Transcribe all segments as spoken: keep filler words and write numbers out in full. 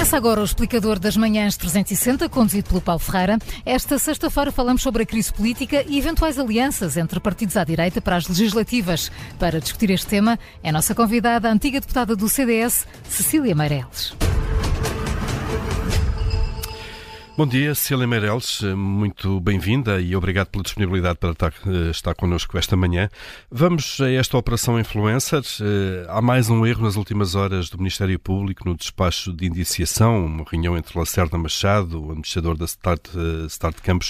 Começa agora o Explicador das Manhãs trezentos e sessenta, conduzido pelo Paulo Ferreira. Esta sexta-feira falamos sobre a crise política e eventuais alianças entre partidos à direita para as legislativas. Para discutir este tema, é nossa convidada a antiga deputada do C D S, Cecília Meireles. Bom dia, Cecília Meireles, muito bem-vinda e obrigado pela disponibilidade para estar, estar connosco esta manhã. Vamos a esta Operação Influencer. Há mais um erro nas últimas horas do Ministério Público no despacho de indiciação, uma reunião entre Lacerda Machado, o administrador da Start, Start Campos,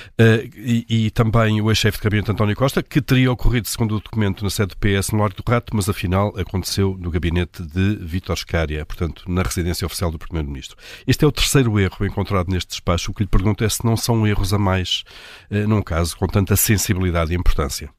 e, e também o ex-chefe de gabinete António Costa, que teria ocorrido, segundo o documento, na sede do P S no Largo do Rato, mas afinal aconteceu no gabinete de Vítor Scária, portanto, na residência oficial do Primeiro-Ministro. Este é o terceiro erro encontrado neste despacho. O que lhe pergunto é se não são erros a mais eh, num caso com tanta sensibilidade e importância.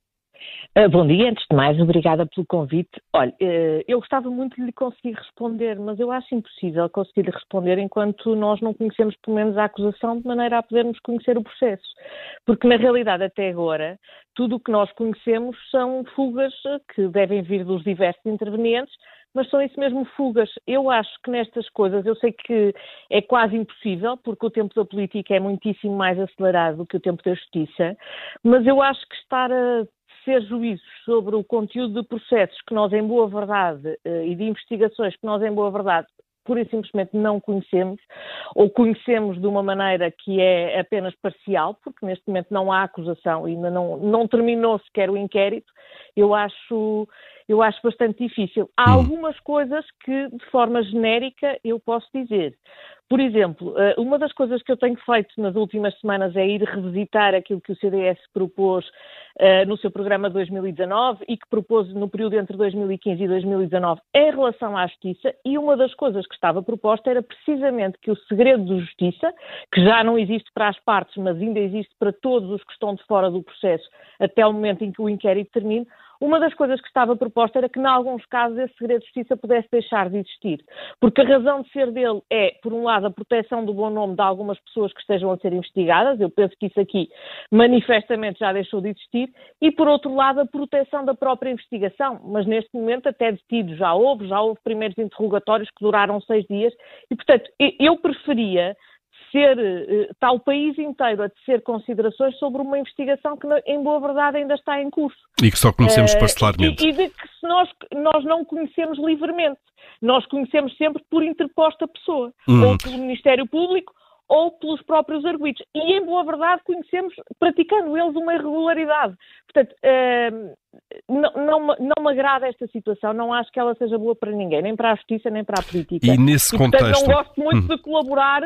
Uh, bom dia, antes de mais, obrigada pelo convite. Olha, uh, eu gostava muito de lhe conseguir responder, mas eu acho impossível conseguir responder enquanto nós não conhecemos pelo menos a acusação de maneira a podermos conhecer o processo. Porque na realidade até agora tudo o que nós conhecemos são fugas que devem vir dos diversos intervenientes, mas são isso mesmo, fugas. Eu acho que nestas coisas, eu sei que é quase impossível, porque o tempo da política é muitíssimo mais acelerado do que o tempo da justiça, mas eu acho que estar a ser juízos sobre o conteúdo de processos que nós, em boa verdade, e de investigações que nós, em boa verdade, pura e simplesmente não conhecemos, ou conhecemos de uma maneira que é apenas parcial, porque neste momento não há acusação, ainda não, não terminou sequer o inquérito, eu acho... Eu acho bastante difícil. Há algumas coisas que, de forma genérica, eu posso dizer. Por exemplo, uma das coisas que eu tenho feito nas últimas semanas é ir revisitar aquilo que o C D S propôs uh, no seu programa de dois mil e dezanove e que propôs no período entre dois mil e quinze e dois mil e dezanove em relação à justiça, e uma das coisas que estava proposta era precisamente que o segredo de justiça, que já não existe para as partes, mas ainda existe para todos os que estão de fora do processo até o momento em que o inquérito termine, uma das coisas que estava proposta era que, em alguns casos, esse segredo de justiça pudesse deixar de existir. Porque a razão de ser dele é, por um lado, a proteção do bom nome de algumas pessoas que estejam a ser investigadas, eu penso que isso aqui manifestamente já deixou de existir, e, por outro lado, a proteção da própria investigação. Mas, neste momento, até detidos já houve, já houve primeiros interrogatórios que duraram seis dias, e, portanto, eu preferia ser, está o país inteiro a tecer considerações sobre uma investigação que, em boa verdade, ainda está em curso. E que só conhecemos uh, parcelarmente. E, e de que se nós, nós não conhecemos livremente. Nós conhecemos sempre por interposta pessoa, hum. ou pelo Ministério Público, ou pelos próprios arguidos. E, em boa verdade, conhecemos praticando eles uma irregularidade. Portanto, uh, não, não, não me agrada esta situação, não acho que ela seja boa para ninguém, nem para a justiça, nem para a política. E nesse e, contexto... Portanto, não gosto muito hum. de colaborar.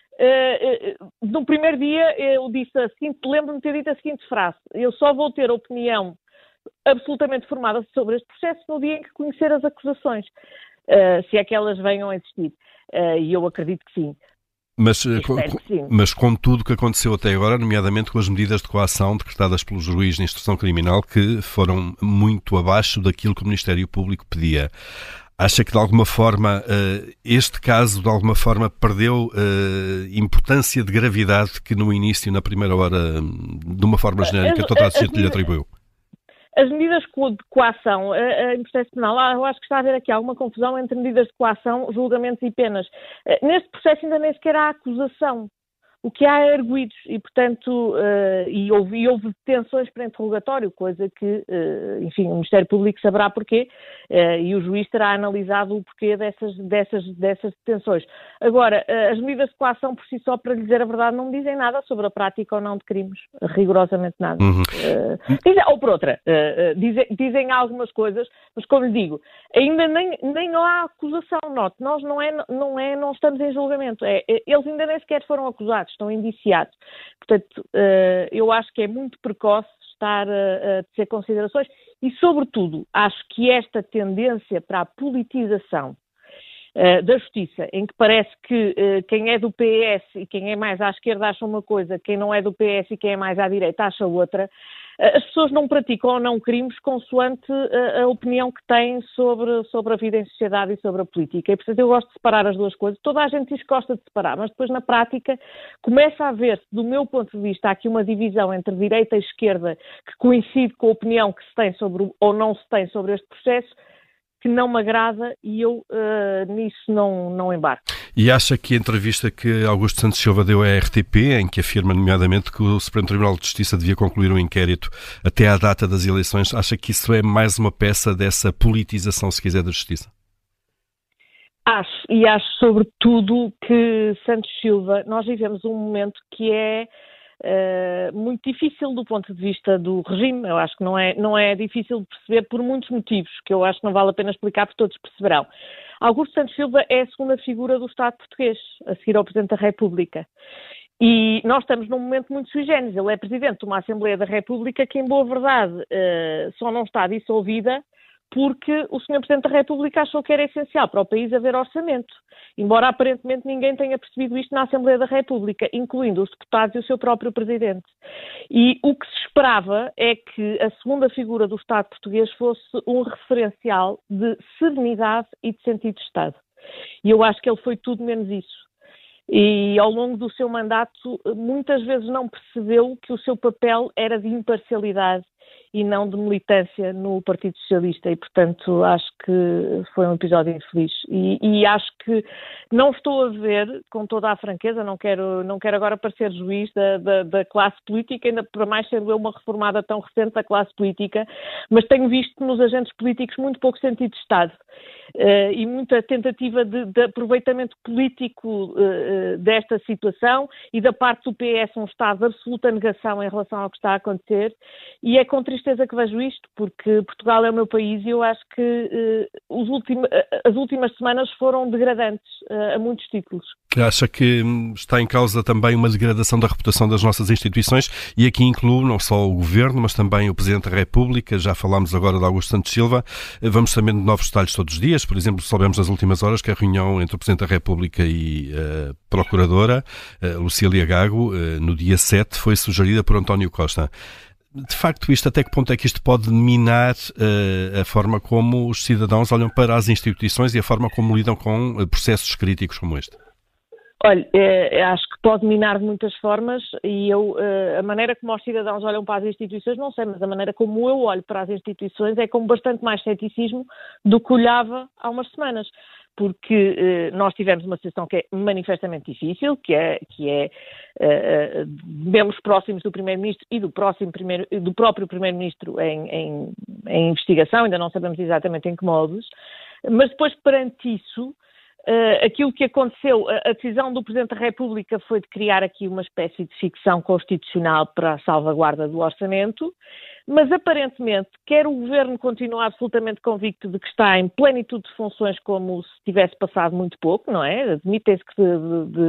Uh, uh, no primeiro dia eu disse a seguinte, lembro-me de ter dito a seguinte frase: eu só vou ter opinião absolutamente formada sobre este processo no dia em que conhecer as acusações, uh, se é que elas venham a existir, uh, e eu acredito que sim. Mas, com, que sim. mas com tudo o que aconteceu até agora, nomeadamente com as medidas de coação decretadas pelo juiz de instrução criminal, que foram muito abaixo daquilo que o Ministério Público pedia, acha que, de alguma forma, este caso, de alguma forma, perdeu importância de gravidade que no início, na primeira hora, de uma forma genérica, toda a gente lhe atribuiu? As medidas de coação em processo penal, eu acho que está a haver aqui alguma confusão entre medidas de coação, julgamentos e penas. Neste processo ainda nem sequer há acusação. O que há é arguidos e, portanto, uh, e, houve, e houve detenções para interrogatório, coisa que, uh, enfim, o Ministério Público saberá porquê, uh, e o juiz terá analisado o porquê dessas, dessas, dessas detenções. Agora, uh, as medidas de coação por si só, para lhe dizer a verdade, não dizem nada sobre a prática ou não de crimes, rigorosamente nada. Uhum. Uh, dizem, ou por outra, uh, uh, dizem, dizem algumas coisas, mas como lhe digo, ainda nem, nem há acusação, note, nós não, é, não, é, não estamos em julgamento, é, é, eles ainda nem sequer foram acusados, estão indiciados. Portanto, eu acho que é muito precoce estar a tecer considerações e, sobretudo, acho que esta tendência para a politização da justiça, em que parece que quem é do P S e quem é mais à esquerda acha uma coisa, quem não é do P S e quem é mais à direita acha outra, as pessoas não praticam ou não crimes consoante a, a opinião que têm sobre, sobre a vida em sociedade e sobre a política. E, portanto, eu gosto de separar as duas coisas. Toda a gente diz que gosta de separar, mas depois, na prática, começa a haver-se, do meu ponto de vista, aqui uma divisão entre direita e esquerda que coincide com a opinião que se tem sobre, ou não se tem sobre este processo, que não me agrada e eu uh, nisso não, não embarco. E acha que a entrevista que Augusto Santos Silva deu à R T P, em que afirma nomeadamente que o Supremo Tribunal de Justiça devia concluir o inquérito até à data das eleições, acha que isso é mais uma peça dessa politização, se quiser, da Justiça? Acho, e acho sobretudo que Santos Silva, nós vivemos um momento que é uh, muito difícil do ponto de vista do regime. Eu acho que não é, não é difícil de perceber por muitos motivos, que eu acho que não vale a pena explicar porque todos perceberão. Augusto Santos Silva é a segunda figura do Estado português, a seguir ao Presidente da República. E nós estamos num momento muito sui generis. Ele é Presidente de uma Assembleia da República que, em boa verdade, uh, só não está dissolvida porque o senhor Presidente da República achou que era essencial para o país haver orçamento, embora aparentemente ninguém tenha percebido isto na Assembleia da República, incluindo os deputados e o seu próprio Presidente. E o que se esperava é que a segunda figura do Estado português fosse um referencial de serenidade e de sentido de Estado. E eu acho que ele foi tudo menos isso. E ao longo do seu mandato muitas vezes não percebeu que o seu papel era de imparcialidade e não de militância no Partido Socialista e, portanto, acho que foi um episódio infeliz. E, e acho que não estou a ver, com toda a franqueza, não quero, não quero agora parecer juiz da, da, da classe política, ainda para mais sendo eu uma reformada tão recente da classe política, mas tenho visto nos agentes políticos muito pouco sentido de Estado uh, e muita tentativa de, de aproveitamento político uh, desta situação e da parte do P S um estado de absoluta negação em relação ao que está a acontecer. E é com tristeza que vejo isto, porque Portugal é o meu país e eu acho que uh, os ultim- as últimas semanas foram degradantes uh, a muitos títulos. Acha que está em causa também uma degradação da reputação das nossas instituições e aqui incluo não só o Governo, mas também o Presidente da República, já falámos agora de Augusto Santos Silva, vamos sabendo de novos detalhes todos os dias, por exemplo, soubemos nas últimas horas que a reunião entre o Presidente da República e a Procuradora, a Lucília Gago, no dia sete, foi sugerida por António Costa. De facto, isto, até que ponto é que isto pode minar uh, a forma como os cidadãos olham para as instituições e a forma como lidam com uh, processos críticos como este? Olha, é, acho que pode minar de muitas formas e eu, a maneira como os cidadãos olham para as instituições, não sei, mas a maneira como eu olho para as instituições é com bastante mais ceticismo do que olhava há umas semanas. Porque eh, nós tivemos uma situação que é manifestamente difícil, que é, que é eh, membros próximos do Primeiro-Ministro e do, próximo primeiro, do próprio Primeiro-Ministro em, em, em investigação, ainda não sabemos exatamente em que modos, mas depois perante isso, Uh, aquilo que aconteceu, a, a decisão do Presidente da República foi de criar aqui uma espécie de ficção constitucional para a salvaguarda do orçamento, mas aparentemente quer o Governo continua absolutamente convicto de que está em plenitude de funções como se tivesse passado muito pouco, não é? Admitem-se que de, de, de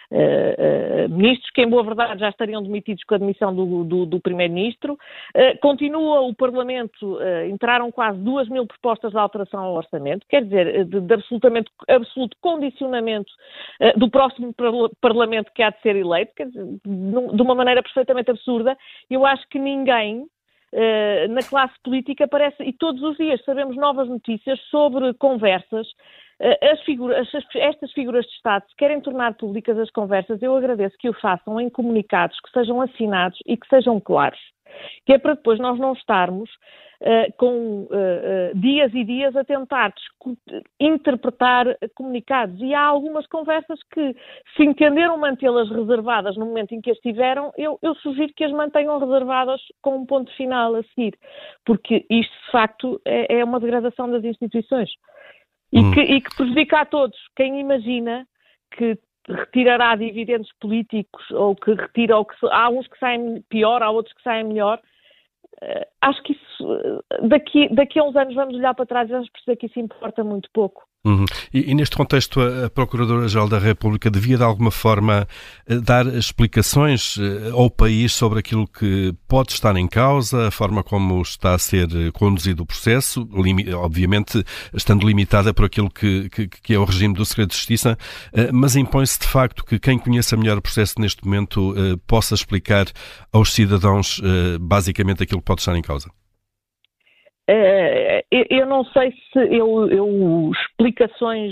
uh, uh, ministros que em boa verdade já estariam demitidos com a demissão do, do, do Primeiro-Ministro. Uh, continua o Parlamento, uh, entraram quase duas mil propostas de alteração ao orçamento, quer dizer, de, de absolutamente absolutamente absoluto condicionamento uh, do próximo Parlamento que há de ser eleito, quer dizer, de uma maneira perfeitamente absurda. Eu acho que ninguém uh, na classe política parece, e todos os dias sabemos novas notícias sobre conversas. Uh, as figuras, as, estas figuras de Estado, se querem tornar públicas as conversas, eu agradeço que o façam em comunicados que sejam assinados e que sejam claros. Que é para depois nós não estarmos uh, com uh, uh, dias e dias a tentar interpretar comunicados. E há algumas conversas que, se entenderam mantê-las reservadas no momento em que as tiveram, eu, eu sugiro que as mantenham reservadas com um ponto final a seguir. Porque isto, de facto, é, é uma degradação das instituições. E, hum. que, e que prejudica a todos. Quem imagina que retirará dividendos políticos ou que retira, ou que há uns que saem pior, há outros que saem melhor. Uh, acho que isso, daqui, daqui a uns anos vamos olhar para trás e vamos perceber que isso importa muito pouco. Uhum. E, e neste contexto a Procuradora-Geral da República devia de alguma forma dar explicações ao país sobre aquilo que pode estar em causa, a forma como está a ser conduzido o processo, limi- obviamente estando limitada por aquilo que, que, que é o regime do segredo de justiça, mas impõe-se de facto que quem conheça melhor o processo neste momento possa explicar aos cidadãos basicamente aquilo que pode estar em causa. Uh, eu, eu não sei se eu, eu explicações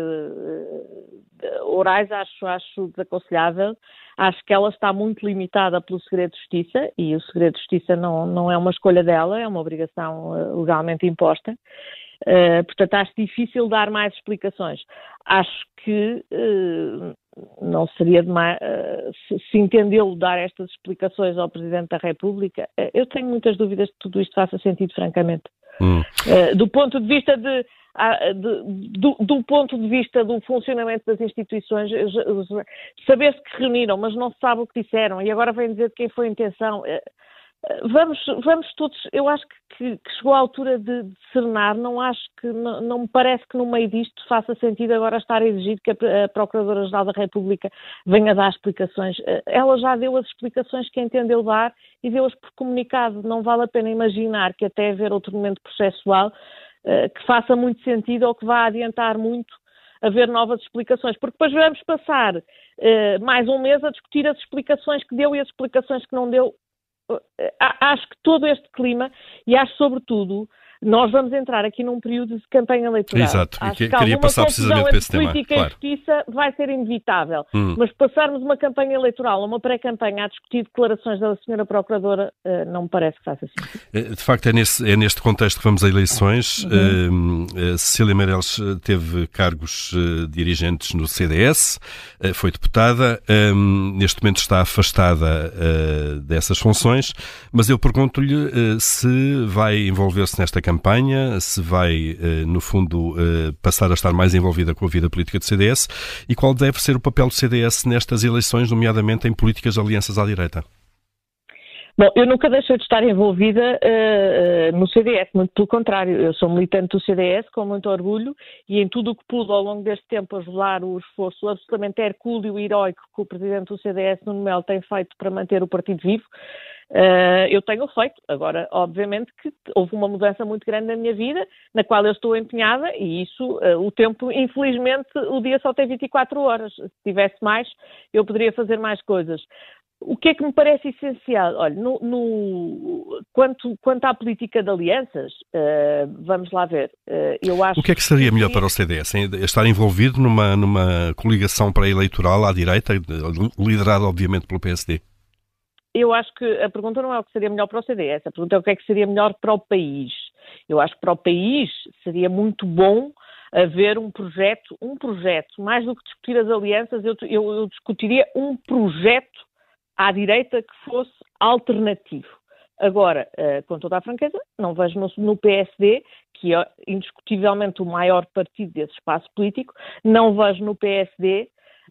uh, orais acho, acho desaconselhável. Acho que ela está muito limitada pelo segredo de justiça e o segredo de justiça não, não é uma escolha dela, é uma obrigação uh, legalmente imposta. Uh, portanto, acho difícil dar mais explicações. Acho que uh, não seria demais, uh, se, se entendeu dar estas explicações ao Presidente da República. Uh, eu tenho muitas dúvidas que tudo isto faça sentido, francamente. Hum. Uh, do ponto de vista de, uh, de, do, do ponto de vista do funcionamento das instituições, saber-se que reuniram, mas não se sabe o que disseram, e agora vem dizer de quem foi a intenção. Uh, vamos, vamos todos, eu acho que, que chegou a altura de, de serenar, não acho que, não, não me parece que no meio disto faça sentido agora estar a exigir que a, a Procuradora-Geral da República venha dar explicações. Uh, ela já deu as explicações que entendeu dar e deu-as por comunicado. Não vale a pena imaginar que até haver outro momento processual uh, que faça muito sentido ou que vá adiantar muito haver novas explicações, porque depois vamos passar uh, mais um mês a discutir as explicações que deu e as explicações que não deu. Uh, acho que todo este clima, e acho sobretudo, nós vamos entrar aqui num período de campanha eleitoral. Exato, acho que, que queria passar precisamente para esse tema. Política claro. e justiça vai ser inevitável, hum. mas passarmos uma campanha eleitoral, uma pré-campanha a discutir declarações da senhora Procuradora, uh, não me parece que faça sentido. De facto, é, nesse, é neste contexto que vamos a eleições. Uhum. Uh, Cecília Meirelles teve cargos uh, dirigentes no C D S, uh, foi deputada, um, neste momento está afastada uh, dessas funções, mas eu pergunto-lhe uh, se vai envolver-se nesta campanha, se vai, no fundo, passar a estar mais envolvida com a vida política do C D S e qual deve ser o papel do C D S nestas eleições, nomeadamente em políticas de alianças à direita? Bom, eu nunca deixei de estar envolvida uh, no C D S, muito pelo contrário, eu sou militante do C D S com muito orgulho e em tudo o que pude ao longo deste tempo ajudar o esforço absolutamente hercúleo e heroico que o Presidente do C D S, Nuno Melo, tem feito para manter o partido vivo. Uh, eu tenho feito. Agora, obviamente que houve uma mudança muito grande na minha vida, na qual eu estou empenhada e isso, uh, o tempo, infelizmente, o dia só tem vinte e quatro horas. Se tivesse mais, eu poderia fazer mais coisas. O que é que me parece essencial? Olha, no, no, quanto, quanto à política de alianças, uh, vamos lá ver. Uh, eu acho o que é que seria que... melhor para o C D S? Estar envolvido numa, numa coligação pré-eleitoral à direita, liderada, obviamente, pelo P S D? Eu acho que a pergunta não é o que seria melhor para o C D S, a pergunta é o que é que seria melhor para o país. Eu acho que para o país seria muito bom haver um projeto, um projeto, mais do que discutir as alianças, eu, eu, eu discutiria um projeto à direita que fosse alternativo. Agora, uh, com toda a franqueza, não vejo no, no P S D, que é indiscutivelmente o maior partido desse espaço político, não vejo no P S D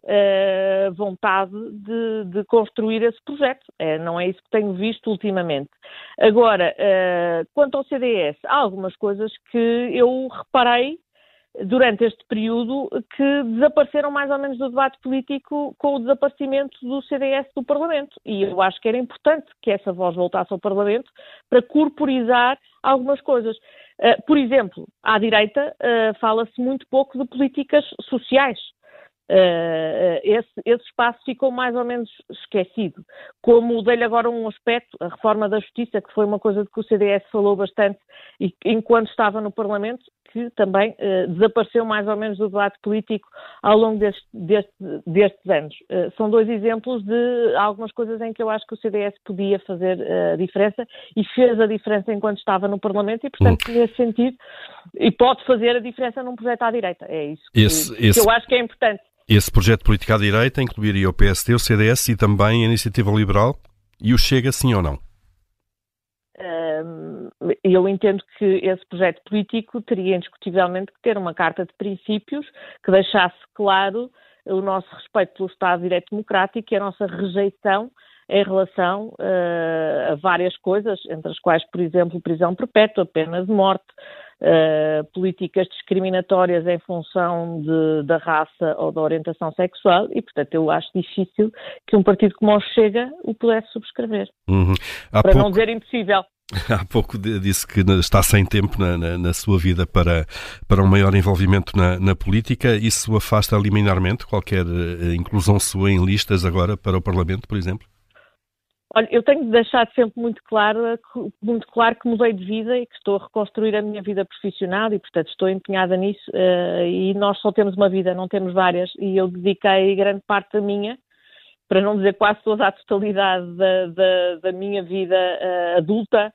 Uh, vontade de, de construir esse projeto. É, não é isso que tenho visto ultimamente. Agora, uh, quanto ao C D S, há algumas coisas que eu reparei durante este período que desapareceram mais ou menos do debate político com o desaparecimento do C D S do Parlamento. E eu acho que era importante que essa voz voltasse ao Parlamento para corporizar algumas coisas. Uh, por exemplo, à direita uh, fala-se muito pouco de políticas sociais. Uh, esse, esse espaço ficou mais ou menos esquecido. Como dei-lhe agora um aspecto, a reforma da justiça, que foi uma coisa de que o C D S falou bastante e, enquanto estava no Parlamento, que também uh, desapareceu mais ou menos do debate político ao longo deste, deste, destes anos. Uh, são dois exemplos de algumas coisas em que eu acho que o C D S podia fazer a uh, diferença e fez a diferença enquanto estava no Parlamento e, portanto, hum. nesse sentido, e pode fazer a diferença num projeto à direita. É isso que, esse, que esse... eu acho que é importante. Esse projeto político à direita incluiria o P S D, o C D S e também a Iniciativa Liberal e o Chega, sim ou não? Eu entendo que esse projeto político teria indiscutivelmente que ter uma carta de princípios que deixasse claro o nosso respeito pelo Estado de Direito Democrático e a nossa rejeição em relação uh, a várias coisas, entre as quais, por exemplo, prisão perpétua, pena de morte, uh, políticas discriminatórias em função de, da raça ou da orientação sexual e, portanto, eu acho difícil que um partido como o Chega o pudesse subscrever. Uhum. Para pouco... não dizer impossível. Há pouco disse que está sem tempo na, na, na sua vida para, para um maior envolvimento na, na política. Isso afasta liminarmente qualquer uh, inclusão sua em listas agora para o Parlamento, por exemplo? Olha, eu tenho deixado sempre muito claro, muito claro que mudei de vida e que estou a reconstruir a minha vida profissional e, portanto, estou empenhada nisso uh, e nós só temos uma vida, não temos várias e eu dediquei grande parte da minha, para não dizer quase toda a totalidade da, da, da minha vida uh, adulta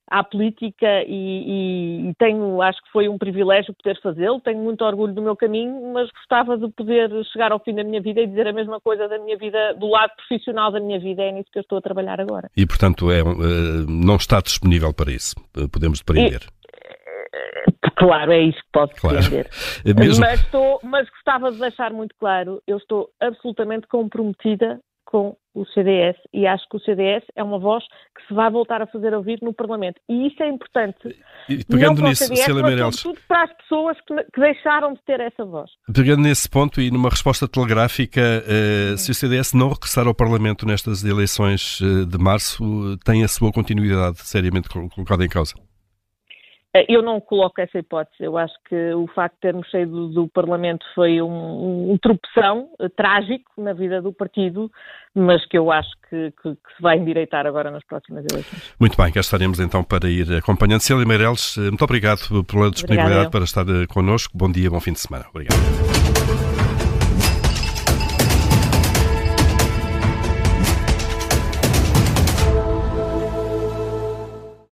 à política e, e, e tenho, acho que foi um privilégio poder fazê-lo, tenho muito orgulho do meu caminho, mas gostava de poder chegar ao fim da minha vida e dizer a mesma coisa da minha vida, do lado profissional da minha vida, é nisso que eu estou a trabalhar agora. E, portanto, é, não está disponível para isso, podemos depreender. E, claro, é isso que pode depreender. Claro. Mesmo... Mas, estou, mas gostava de deixar muito claro, eu estou absolutamente comprometida com o C D S e acho que o C D S é uma voz que se vai voltar a fazer ouvir no Parlamento. E isso é importante, e, pegando não nisso, para o C D S, mas Meireles, sobretudo para as pessoas que, que deixaram de ter essa voz. Pegando nesse ponto e numa resposta telegráfica, eh, se o C D S não regressar ao Parlamento nestas eleições de março, tem a sua continuidade seriamente colocada em causa? Eu não coloco essa hipótese. Eu acho que o facto de termos saído do Parlamento foi um, um, um tropeção uh, trágico na vida do partido, mas que eu acho que, que, que se vai endireitar agora nas próximas eleições. Muito bem, cá estaremos então para ir acompanhando. Célia Meireles, muito obrigado pela disponibilidade para estar connosco. Bom dia, bom fim de semana. Obrigado.